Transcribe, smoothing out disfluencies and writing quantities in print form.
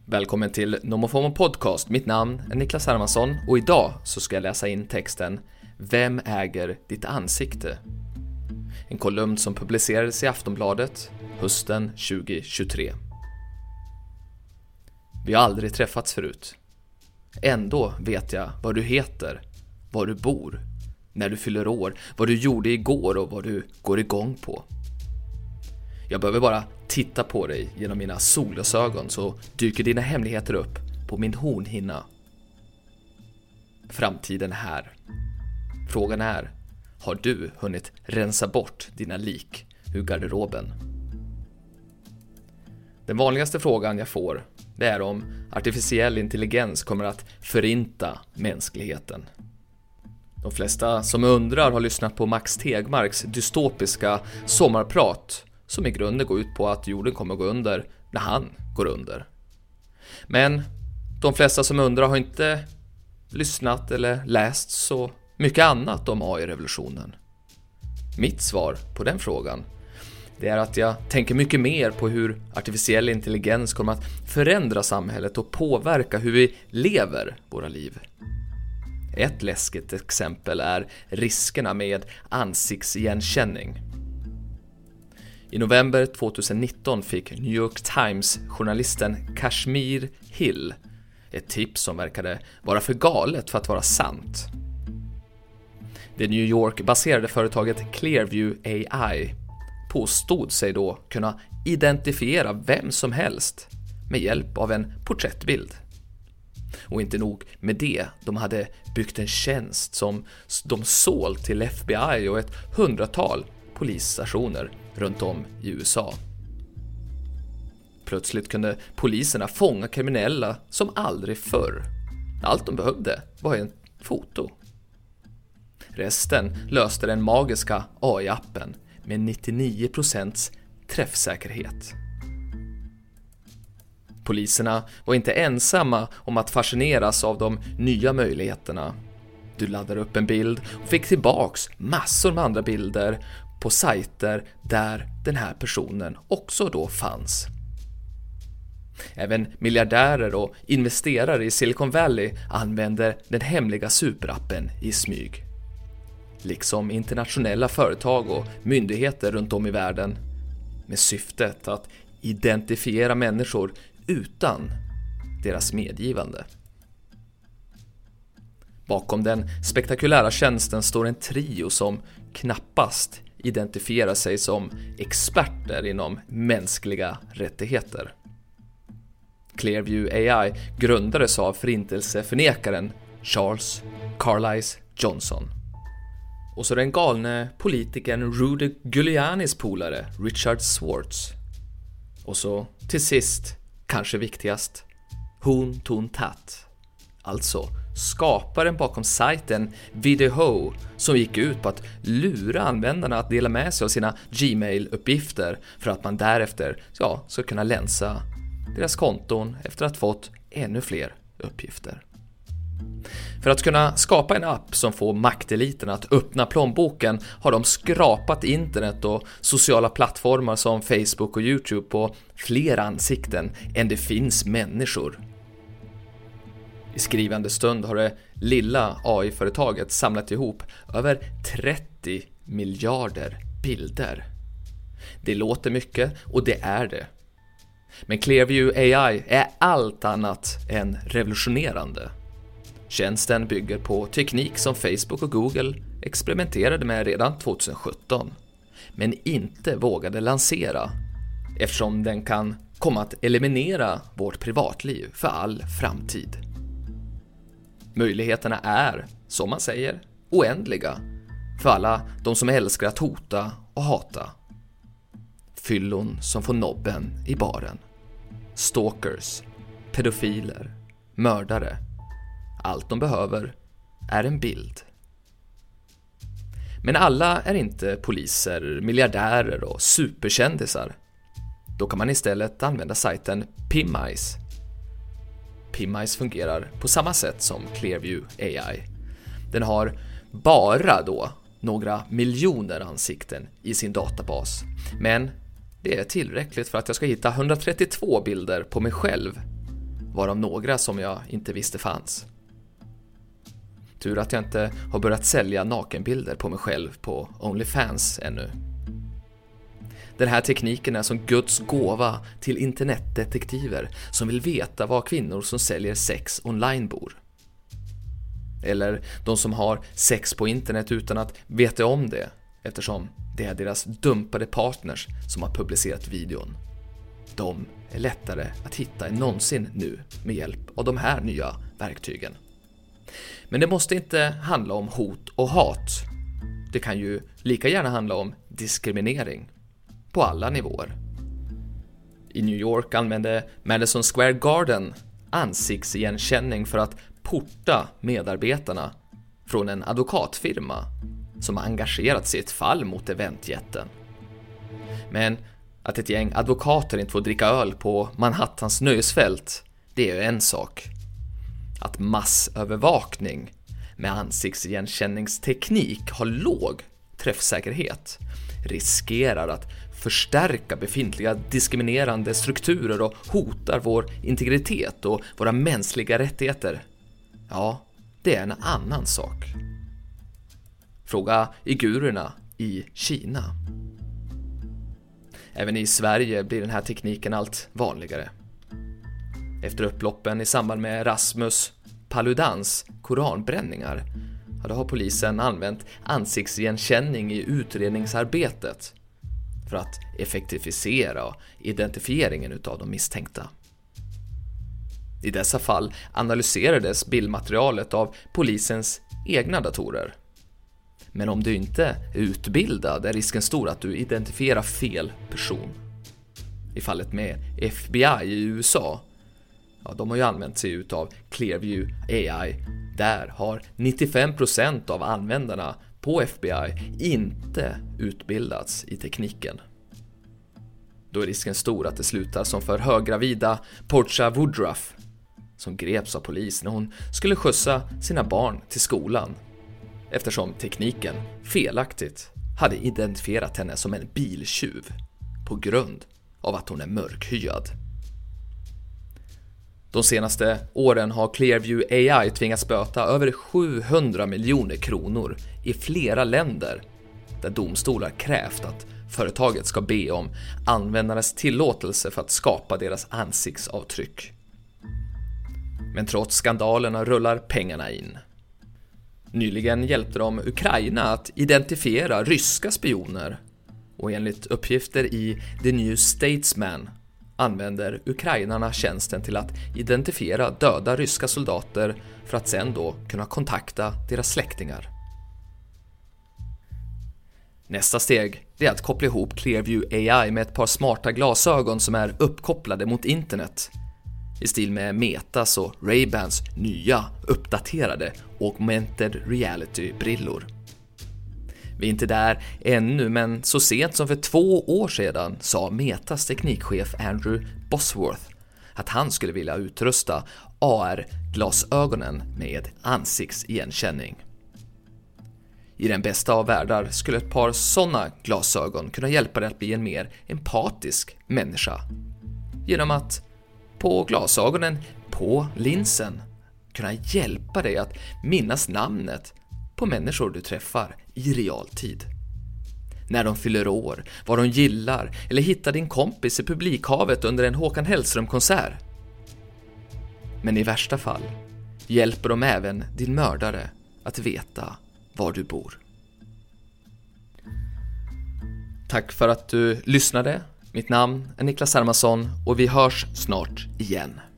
Välkommen till Nomofomo Podcast. Mitt namn är Niklas Hermansson och idag så ska jag läsa in texten Vem äger ditt ansikte? En kolumn som publicerades i Aftonbladet hösten 2023. Vi har aldrig träffats förut. Ändå vet jag vad du heter, var du bor, när du fyller år, vad du gjorde igår och vad du går igång på. Jag behöver bara titta på dig genom mina solglasögon så dyker dina hemligheter upp på min hornhinna. Framtiden är här. Frågan är, har du hunnit rensa bort dina lik ur garderoben? Den vanligaste frågan jag får, det är om artificiell intelligens kommer att förinta mänskligheten. De flesta som undrar har lyssnat på Max Tegmarks dystopiska sommarprat som i grunden går ut på att jorden kommer gå under när han går under. Men de flesta som undrar har inte lyssnat eller läst så mycket annat om AI-revolutionen. Mitt svar på den frågan, det är att jag tänker mycket mer på hur artificiell intelligens kommer att förändra samhället och påverka hur vi lever våra liv. Ett läskigt exempel är riskerna med ansiktsigenkänning. I november 2019 fick New York Times-journalisten Kashmir Hill ett tips som verkade vara för galet för att vara sant. Det New York-baserade företaget Clearview AI påstod sig då kunna identifiera vem som helst med hjälp av en porträttbild. Och inte nog med det, de hade byggt en tjänst som de sålt till FBI och ett 100-tal polisstationer runt om i USA. Plötsligt kunde poliserna fånga kriminella som aldrig förr. Allt de behövde var en foto. Resten löste den magiska AI-appen med 99% träffsäkerhet. Poliserna var inte ensamma om att fascineras av de nya möjligheterna. Du laddade upp en bild och fick tillbaks massor med andra bilder på sajter där den här personen också då fanns. Även miljardärer och investerare i Silicon Valley använder den hemliga superappen i smyg. Liksom internationella företag och myndigheter runt om i världen med syftet att identifiera människor utan deras medgivande. Bakom den spektakulära tjänsten står en trio som knappast identifierar sig som experter inom mänskliga rättigheter. Clearview AI grundades av förintelseförnekaren Charles Carlisle Johnson. Och så den galne politikern Rudy Giulianis polare Richard Schwartz. Och så till sist, kanske viktigast, Hoon Ton Tat. Alltså skaparen bakom sajten Videoho som gick ut på att lura användarna att dela med sig av sina Gmail-uppgifter för att man därefter ska kunna länsa deras konton efter att fått ännu fler uppgifter. För att kunna skapa en app som får makteliten att öppna plånboken har de skrapat internet och sociala plattformar som Facebook och YouTube på fler ansikten än det finns människor. I skrivande stund har det lilla AI-företaget samlat ihop över 30 miljarder bilder. Det låter mycket och det är det. Men Clearview AI är allt annat än revolutionerande. Tjänsten bygger på teknik som Facebook och Google experimenterade med redan 2017, men inte vågade lansera eftersom den kan komma att eliminera vårt privatliv för all framtid. Möjligheterna är, som man säger, oändliga för alla de som älskar att hota och hata. Fyllon som får nobben i baren. Stalkers, pedofiler, mördare. Allt de behöver är en bild. Men alla är inte poliser, miljardärer och superkändisar. Då kan man istället använda sajten PimEyes. PimEyes fungerar på samma sätt som Clearview AI. Den har bara då några miljoner ansikten i sin databas. Men det är tillräckligt för att jag ska hitta 132 bilder på mig själv. varav några som jag inte visste fanns. Tur att jag inte har börjat sälja nakenbilder på mig själv på OnlyFans ännu. Den här tekniken är som Guds gåva till internetdetektiver som vill veta var kvinnor som säljer sex online bor. Eller de som har sex på internet utan att veta om det, eftersom det är deras dumpade partners som har publicerat videon. De är lättare att hitta än någonsin nu med hjälp av de här nya verktygen. Men det måste inte handla om hot och hat. Det kan ju lika gärna handla om diskriminering på alla nivåer. I New York använde Madison Square Garden ansiktsigenkänning för att porta medarbetarna från en advokatfirma som engagerat sig i ett fall mot eventjätten. Men att ett gäng advokater inte får dricka öl på Manhattans nöjesfält, det är ju en sak. Att massövervakning med ansiktsigenkänningsteknik har låg träffsäkerhet riskerar att förstärka befintliga diskriminerande strukturer och hotar vår integritet och våra mänskliga rättigheter. Ja, det är en annan sak. Fråga uigurerna i Kina. Även i Sverige blir den här tekniken allt vanligare. Efter upploppen i samband med Rasmus Paludans koranbränningar har polisen använt ansiktsigenkänning i utredningsarbetet för att effektivisera identifieringen av de misstänkta. I dessa fall analyserades bildmaterialet av polisens egna datorer. Men om du inte är utbildad är risken stor att du identifierar fel person. I fallet med FBI i USA, de har ju använt sig av Clearview AI. Där har 95% av användarna på FBI inte utbildats i tekniken. Då är risken stor att det slutar som för höggravida Portia Woodruff som greps av polis när hon skulle skjutsa sina barn till skolan eftersom tekniken felaktigt hade identifierat henne som en biltjuv på grund av att hon är mörkhyad. De senaste åren har Clearview AI tvingats böta över 700 miljoner kronor i flera länder där domstolar krävt att företaget ska be om användarnas tillåtelse för att skapa deras ansiktsavtryck. Men trots skandalerna rullar pengarna in. Nyligen hjälpte de Ukraina att identifiera ryska spioner och enligt uppgifter i The New Statesman använder ukrainarna tjänsten till att identifiera döda ryska soldater för att sen då kunna kontakta deras släktingar. Nästa steg är att koppla ihop Clearview AI med ett par smarta glasögon som är uppkopplade mot internet i stil med Metas och Ray-Bans nya uppdaterade augmented reality-brillor. Vi är inte där ännu, men så sent som för 2 år sedan sa Metas teknikchef Andrew Bosworth att han skulle vilja utrusta AR-glasögonen med ansiktsigenkänning. I den bästa av världar skulle ett par sådana glasögon kunna hjälpa dig att bli en mer empatisk människa genom att på glasögonen, på linsen, kunna hjälpa dig att minnas namnet på människor du träffar i realtid. När de fyller år, vad de gillar eller hittar din kompis i publikhavet under en Håkan Hellström-konsert. Men i värsta fall hjälper de även din mördare att veta var du bor. Tack för att du lyssnade. Mitt namn är Niklas Hermansson och vi hörs snart igen.